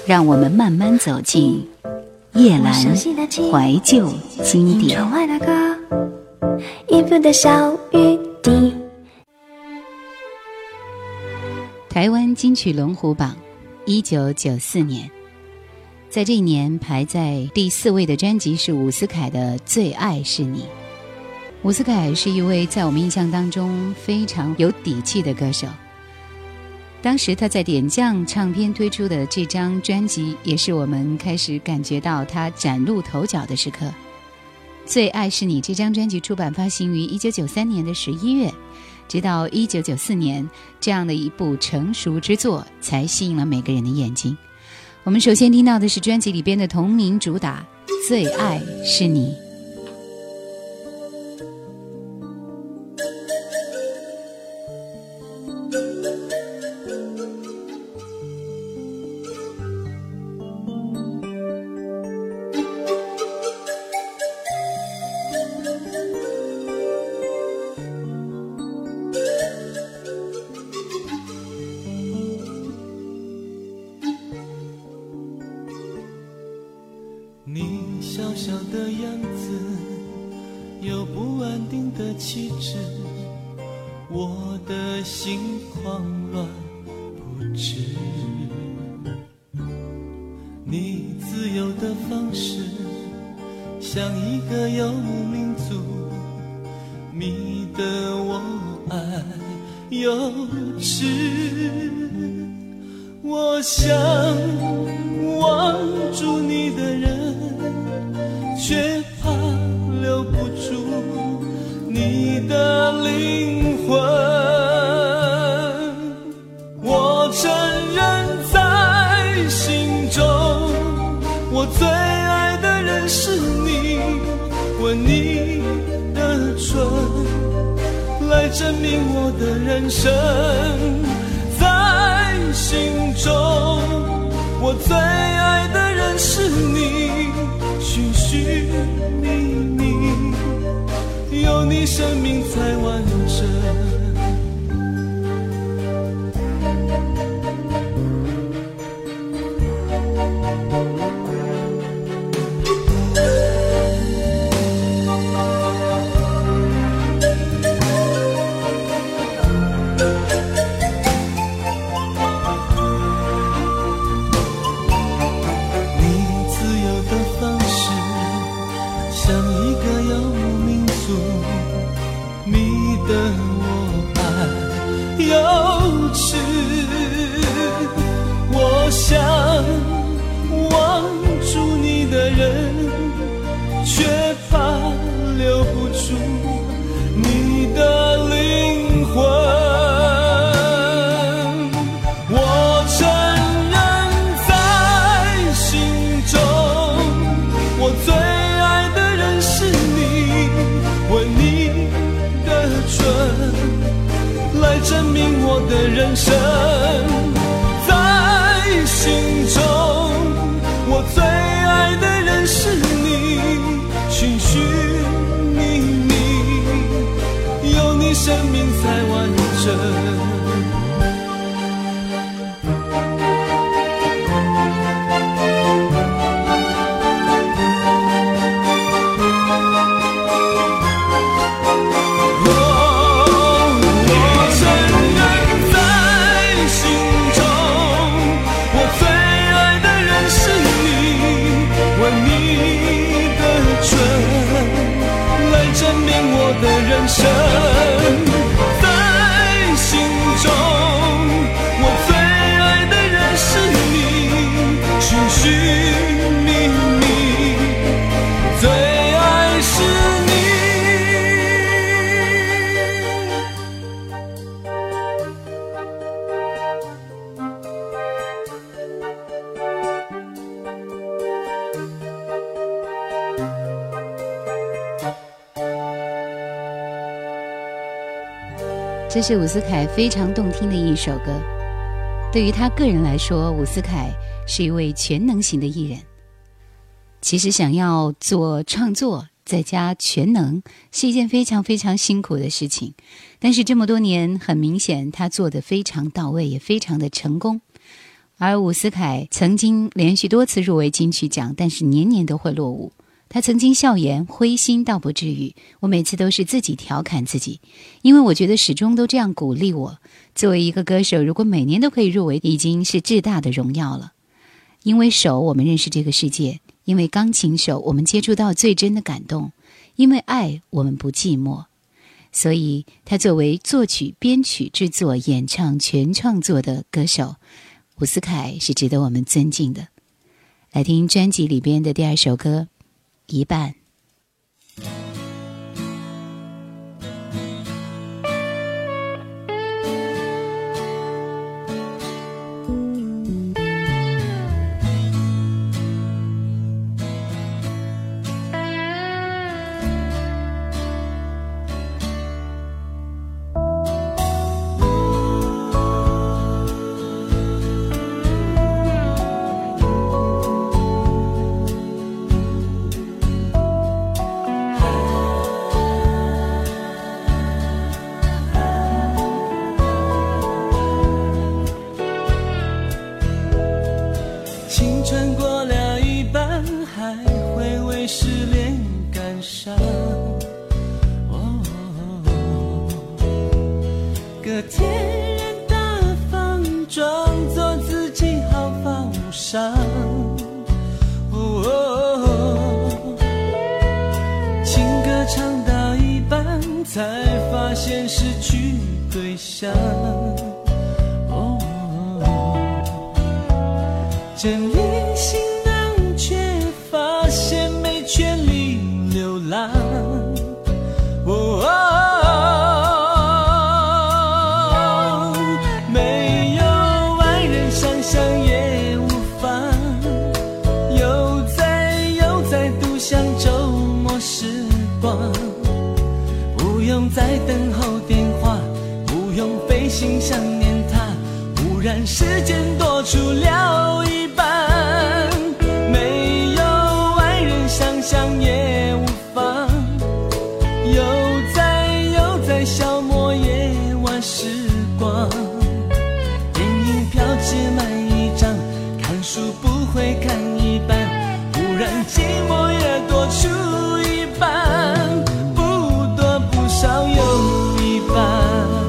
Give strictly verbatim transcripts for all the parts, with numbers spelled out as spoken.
让我们慢慢走进夜阑怀旧经典。台湾金曲龙虎榜一九九四年，在这一年排在第四位的专辑是伍思凯的《最爱是你》。伍思凯是一位在我们印象当中非常有底气的歌手，当时他在点将唱片推出的这张专辑，也是我们开始感觉到他崭露头角的时刻。《最爱是你》这张专辑出版发行于一九九三年的十一月，直到一九九四年，这样的一部成熟之作才吸引了每个人的眼睛。我们首先听到的是专辑里边的同名主打《最爱是你》。 你小小的样子有不安定的气质，我的心慌乱不止。你自由的方式像一个游民族，迷得我爱又痴。我想握住你的人，却怕留不住你的灵魂。我承认在心中，我最爱的人是你，吻你的唇，来证明我的人生。在心中，我最爱的人是你，寻寻觅觅，有你生命才完整。我想握住你的人，却怕留不住你的灵魂。我承认在心中，我最爱的人是你，吻你的唇，来证明我的人生。在心中，我最爱的人是你，寻寻觅觅，有你生命才完整。的人生，在心中，我最爱的人是你，寻寻觅觅，最爱是你。 这是伍思凯非常动听的一首歌。对于他个人来说，伍思凯是一位全能型的艺人。其实想要做创作再加全能是一件非常非常辛苦的事情，但是这么多年很明显他做得非常到位，也非常的成功。 而伍思凯曾经连续多次入围金曲奖，但是年年都会落伍。他曾经笑言灰心倒不至于，我每次都是自己调侃自己，因为我觉得始终都这样鼓励我。作为一个歌手，如果每年都可以入围，已经是至大的荣耀了。因为手我们认识这个世界，因为钢琴手我们接触到最真的感动，因为爱我们不寂寞。所以他作为作曲、编曲、制作、演唱全创作的歌手，伍思凯是值得我们尊敬的。来听专辑里边的第二首歌一半。 个天然大方，装作自己好放上。哦哦，情歌唱到一半，才发现失去对象。哦，真理行囊，却发现没权利流浪。哦。在等候电话，不用费心想念他，忽然时间多出了一半，没有爱人想想也无妨，又在又在消磨夜晚时光。电影票只买一张，看书不会看一半，忽然寂寞也多出一半，少有一半。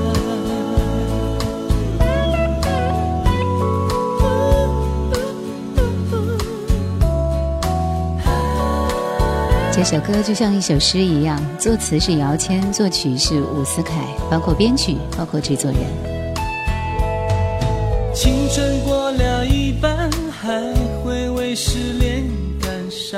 这首歌就像一首诗一样，作词是姚谦，作曲是伍思凯，包括编曲，包括制作人。 青春过了一半，还会为失恋感伤。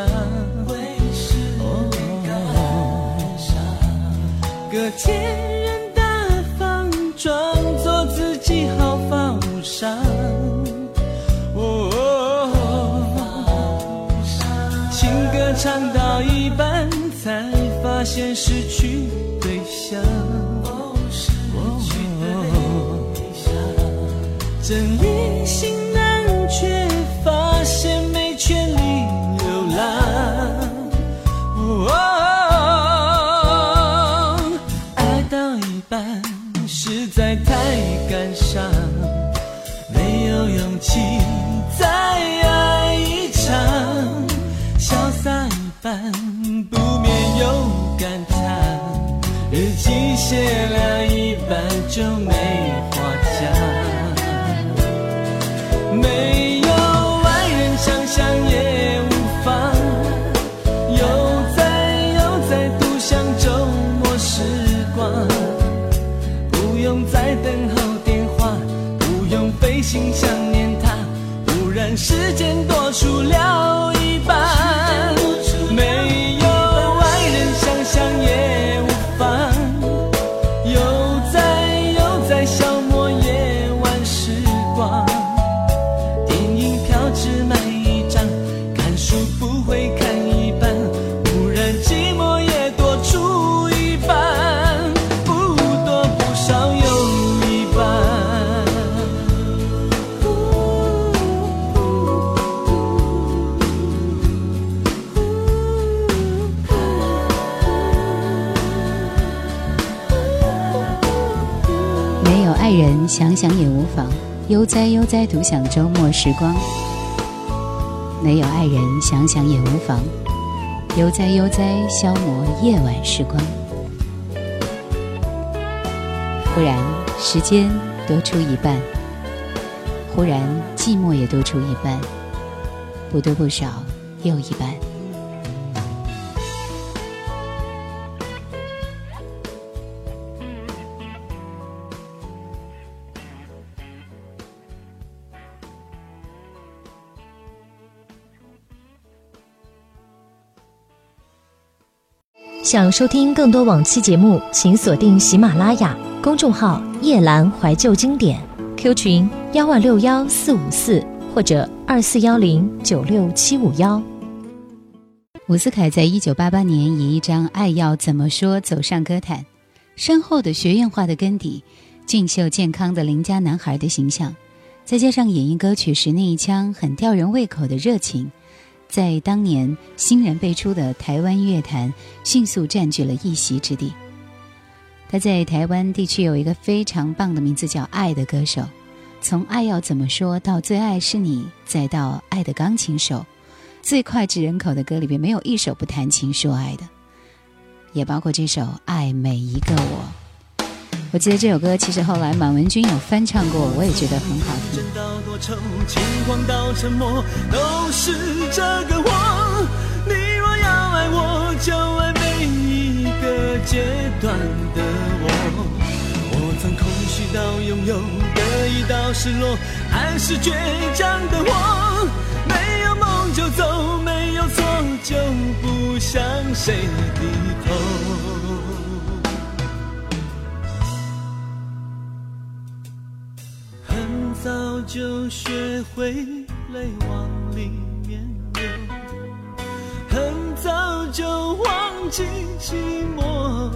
个天然大方，装作自己好放上。哦，情歌唱到一半，才发现失去对象。哦，真理行囊，却发现没权利流浪。哦，实在太感伤，没有勇气再爱一场，潇洒一半，不免有感叹，日记写了一半就没话讲，没有爱人想想也无妨，又在又在独享周末时光，不用再等候电话，不用费心想念他，忽然时间多出了一半，没有爱人想想也无妨，又在又在消磨夜晚时光，电影票只买一张，看书不会看一半，忽然寂寞也多出一半，少有一半。 没有爱人想想也无妨， 悠哉悠哉独享周末时光，没有爱人想想也无妨，悠哉悠哉消磨夜晚时光。忽然时间多出一半，忽然寂寞也多出一半，不多不少又一半。 想收听更多往期节目，请锁定喜马拉雅公众号夜阑怀旧经典 Q 群幺二六幺四五四或者二四幺零九六七五幺。 伍思凯在一九八八年以一张《爱要怎么说》走上歌坛，深厚的学院化的根底，俊秀健康的邻家男孩的形象，再加上演绎歌曲时那一腔很吊人胃口的热情，在当年新人辈出的台湾乐坛迅速占据了一席之地。他在台湾地区有一个非常棒的名字叫爱的歌手，从爱要怎么说到最爱是你，再到爱的钢琴手，最脍炙人口的歌里边没有一首不谈情说爱的，也包括这首爱每一个我。我记得这首歌其实后来满文军有翻唱过，我也觉得很好听。 到多愁，轻狂到沉默，都是这个我。你若要爱我，就爱每一个阶段的我。我曾空虚到拥有，得意到失落，还是倔强的我。没有梦就走，没有错就不向谁低头。早就学会泪往里面流，很早就忘记寂寞，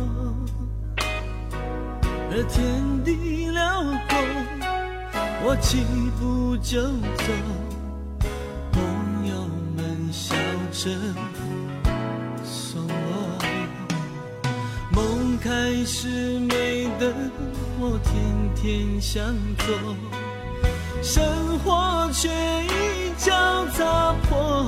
而天地辽阔，我起步就走，朋友们笑着送我，梦开始美的我天天想做，生活却一脚踏破，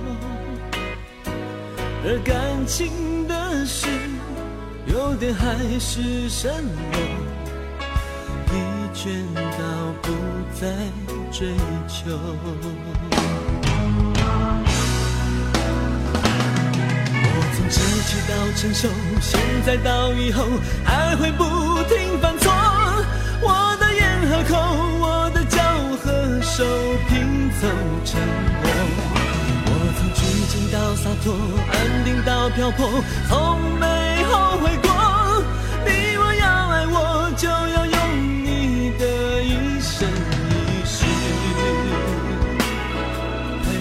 而感情的事有点还是深入，疲倦到不再追求。我从稚气到成熟，现在到以后还会不停犯错，我的咽和口，我的脚和手拼凑成我。我从拘谨到洒脱，安定到漂泊，从没后悔过。你若要爱我，就要用你的一生一世陪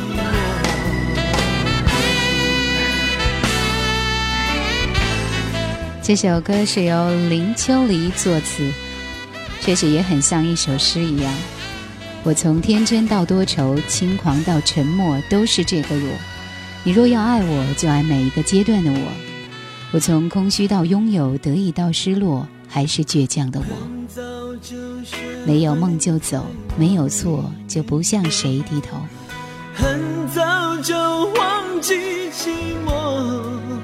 我。这首歌是由林秋离作词，确实也很像一首诗一样。我从天真到多愁，轻狂到沉默，都是这个我。你若要爱我，就爱每一个阶段的我。我从空虚到拥有，得意到失落，还是倔强的我。没有梦就走，没有错就不向谁低头。 很早就忘记寂寞，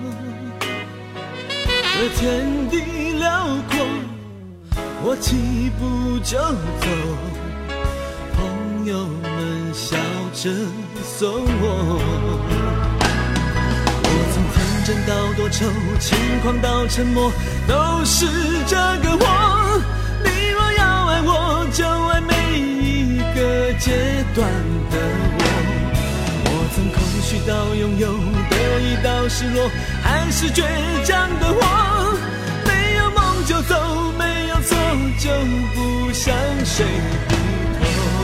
而天地辽阔，我起步就走，朋友们笑着送我。我从天真到多愁，轻狂到沉默，都是这个我。你若要爱我，就爱每一个阶段的我。我从空虚到拥有，得意到失落，还是倔强的我。没有梦就走，没有错就不向谁低头。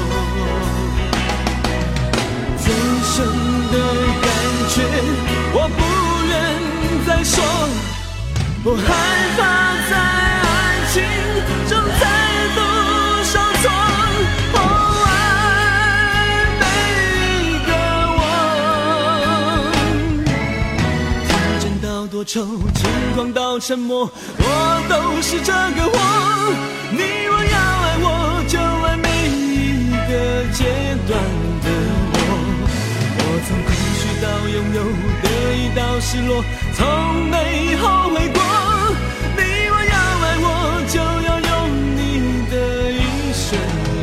最深的感觉我不愿再说，我害怕在爱情中再度受挫。哦，爱每一个我，天真到多愁，轻狂到沉默，我都是这个我。你若要爱我，就爱每一个阶段的我，我从空虚到拥有得意到失落，从没后悔过。你我要爱我，就要用你的一生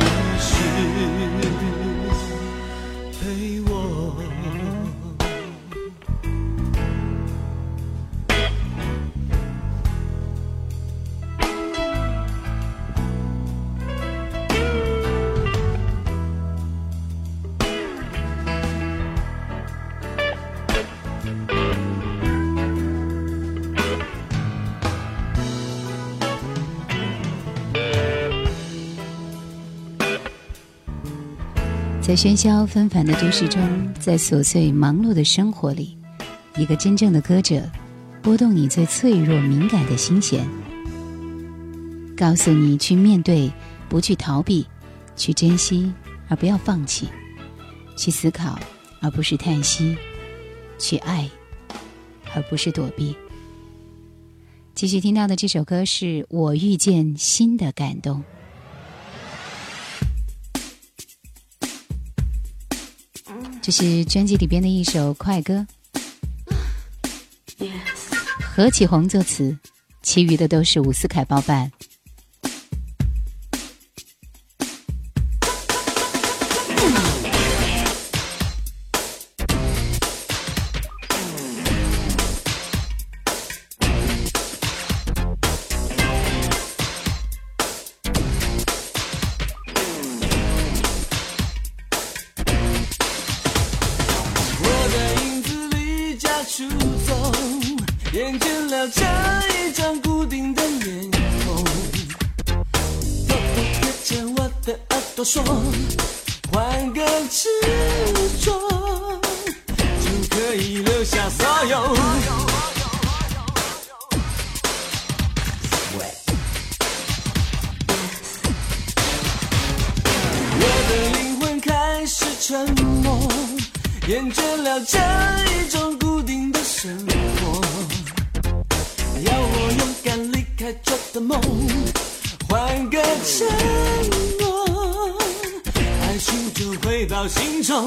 一世陪我。 在喧嚣纷繁的都市中，在琐碎忙碌的生活里，一个真正的歌者，拨动你最脆弱敏感的心弦，告诉你去面对，不去逃避，去珍惜而不要放弃，去思考而不是叹息，去爱而不是躲避。继续听到的这首歌是我遇见新的感动。这是专辑里边的一首快歌，何启宏作词，其余的都是伍思凯包办。 出走，厌倦了这一张固定的面孔，偷偷贴着我的耳朵说，换个执着，就可以留下所有。我的灵魂开始沉默，厌倦了这一种固定的生活，要我勇敢离开这的梦，换个承诺，爱情就回到心中，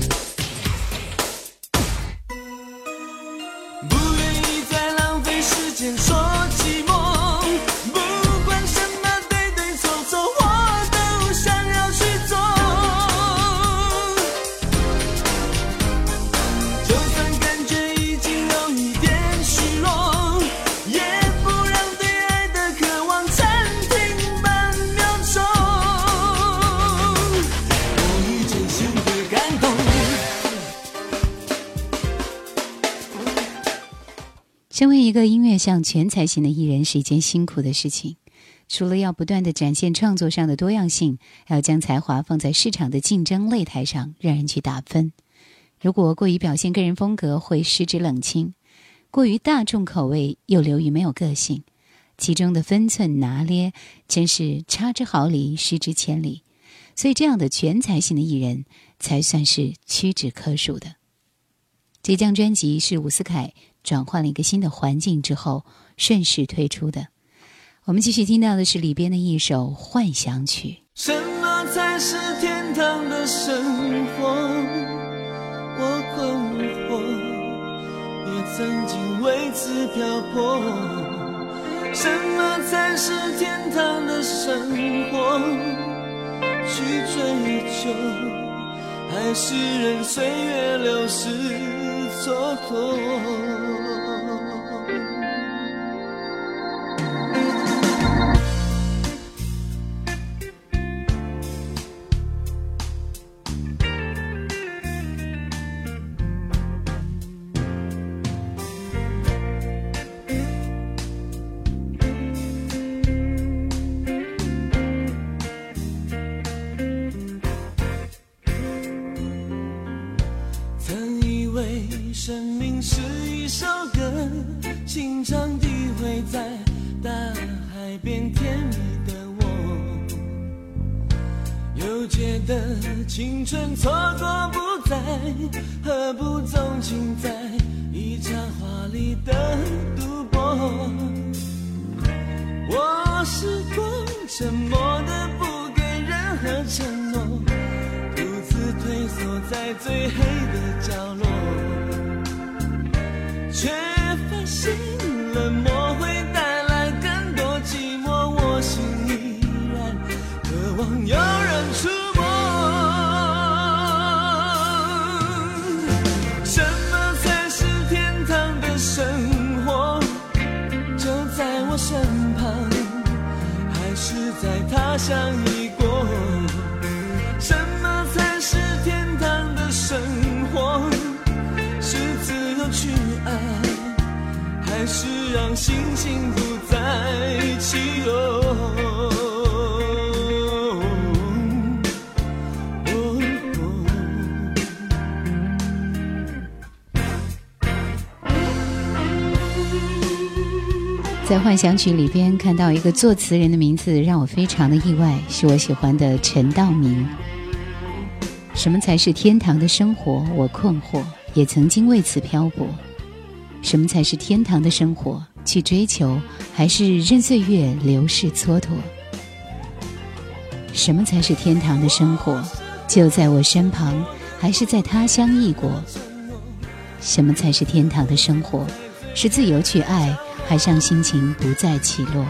不愿意再浪费时间说寂寞，不管什么对对错错，我都想要去做。 身为一个音乐上全才型的艺人是一件辛苦的事情，除了要不断地展现创作上的多样性，还要将才华放在市场的竞争擂台上让人去打分。如果过于表现个人风格会失之冷清，过于大众口味又流于没有个性，其中的分寸拿捏真是差之毫厘失之千里，所以这样的全才型的艺人才算是屈指可数的。这张专辑是伍思凯转换了一个新的环境之后顺势推出的。我们继续听到的是里边的一首《幻想曲》。 什么才是天堂的生活？我困惑，也曾经为此漂泊。什么才是天堂的生活？去追求，还是任岁月流逝蹉跎？生命是一首歌，轻唱低回在大海边甜蜜的我，又觉得青春错过不再，何不纵情在一场华丽的赌博？我是光沉默的不给任何承诺， 缩在最黑的角落，却发现冷漠会带来更多寂寞，我心依然渴望有人触摸。什么才是天堂的生活？就在我身旁，还是在他乡已过？什么才是天堂的生活？是自由去爱，还是让星星不再起落？ 在幻想曲里边看到一个作词人的名字，让我非常的意外，是我喜欢的陈道明。什么才是天堂的生活？我困惑，也曾经为此漂泊。什么才是天堂的生活？去追求，还是任岁月流逝蹉跎？什么才是天堂的生活？就在我身旁，还是在他乡异国？什么才是天堂的生活？是自由去爱，还是让心情不再起落？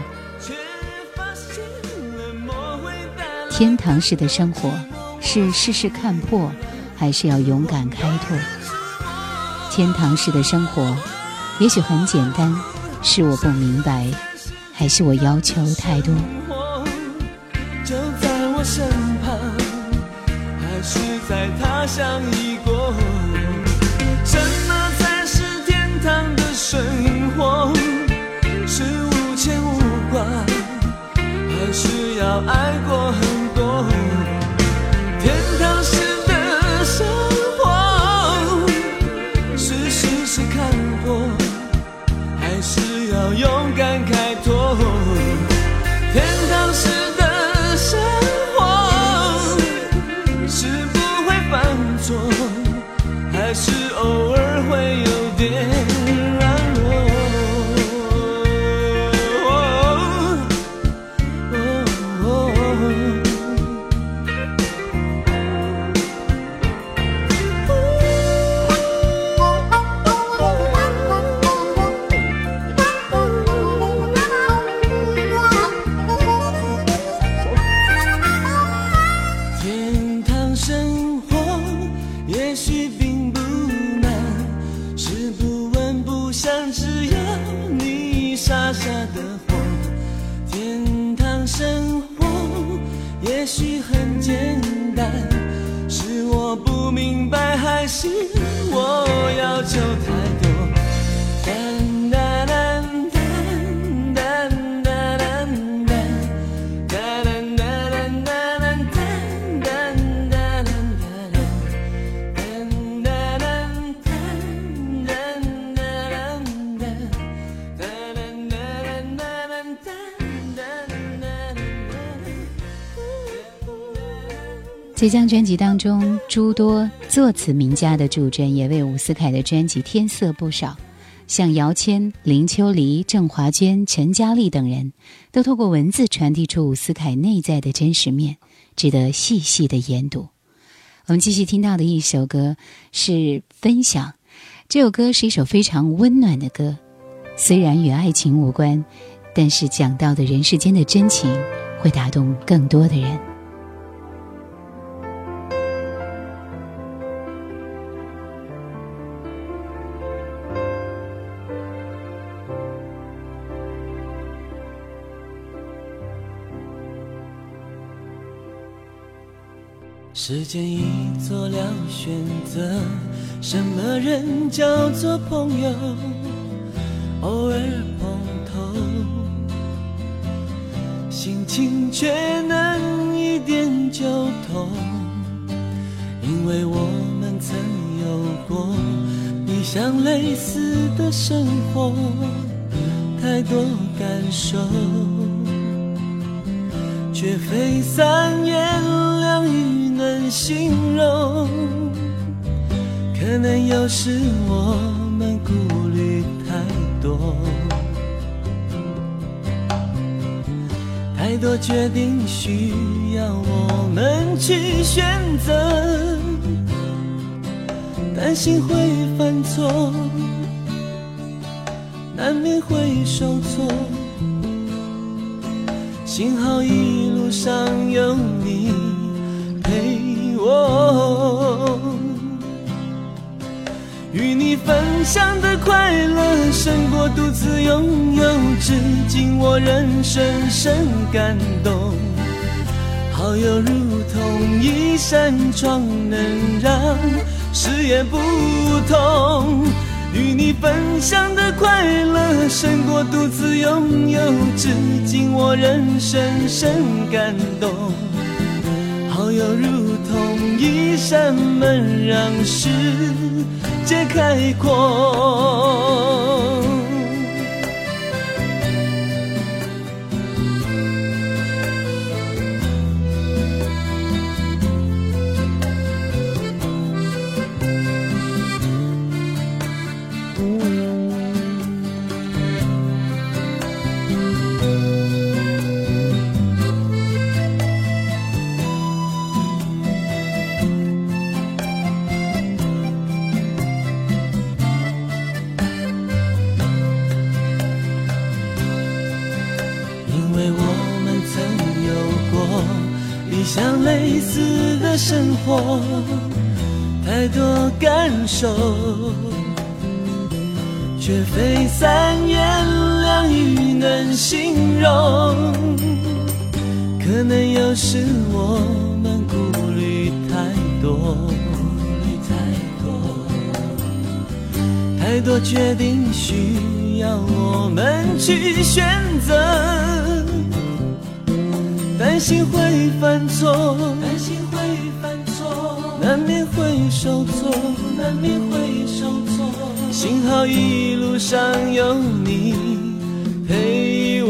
天堂式的生活是事事看破，还是要勇敢开拓？天堂式的生活也许很简单，是我不明白，还是我要求太多？ 就在我身旁，还是在他乡已过？什么才是天堂的生活？是无牵无挂，还是要爱过很多？天堂式的生活是时时看破，还是要勇敢开拓？天堂式的生活是不会犯错，还是偶尔会有点软弱？傻傻的活，天堂生活也许很简单，是我不明白，还是我要求太多？单单单单单单单单单单单单单这张专辑当中，诸多作词名家的助阵也为伍思凯的专辑添色不少，像姚谦、林秋离、郑华娟、陈嘉丽等人都透过文字传递出伍思凯内在的真实面，值得细细的研读。我们继续听到的一首歌是《分享》，这首歌是一首非常温暖的歌，虽然与爱情无关，但是讲到的人世间的真情会打动更多的人。 时间已做了选择，什么人叫做朋友？偶尔碰头，心情却能一点就通，因为我们曾有过一项类似的生活，太多感受，却非三言两语能形容。可能有时我们顾虑太多，太多决定需要我们去选择， 担心会犯错，难免会受挫，幸好一路上有你陪我，与你分享的快乐胜过独自拥有，至今我仍深深感动。好友如同一扇窗，能让视野不同，与你分享的快乐胜过独自拥有，至今我仍深深感动。好友如同一扇门，让世界开阔。像类似的生活，太多感受，却非三言两语能形容。可能有时我们顾虑太多，太多决定需要我们去选择，担心会犯错，担心会犯错，难免会受挫，难免会受挫。幸好一路上有你陪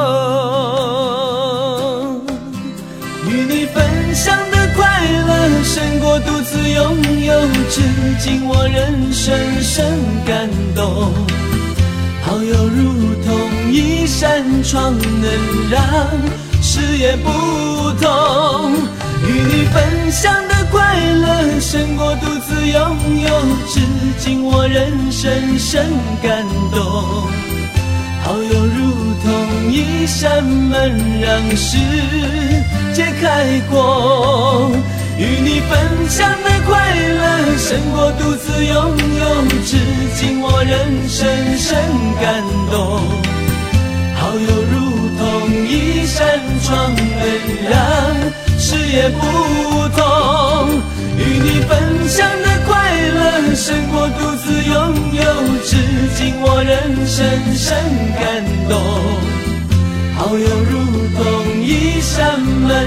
我，与你分享的快乐胜过独自拥有，至今我仍深深感动。好友如同一扇窗，能让视野不同，与你分享的快乐胜过独自拥有，至今我仍深深感动。好友如同一扇门，让世界开阔，与你分享的快乐胜过独自拥有，至今我仍深深感动。好友如同一扇窗，能让视野不同，与你分享的快乐胜过独自拥有，至今我仍深深感动。好友如同一扇门，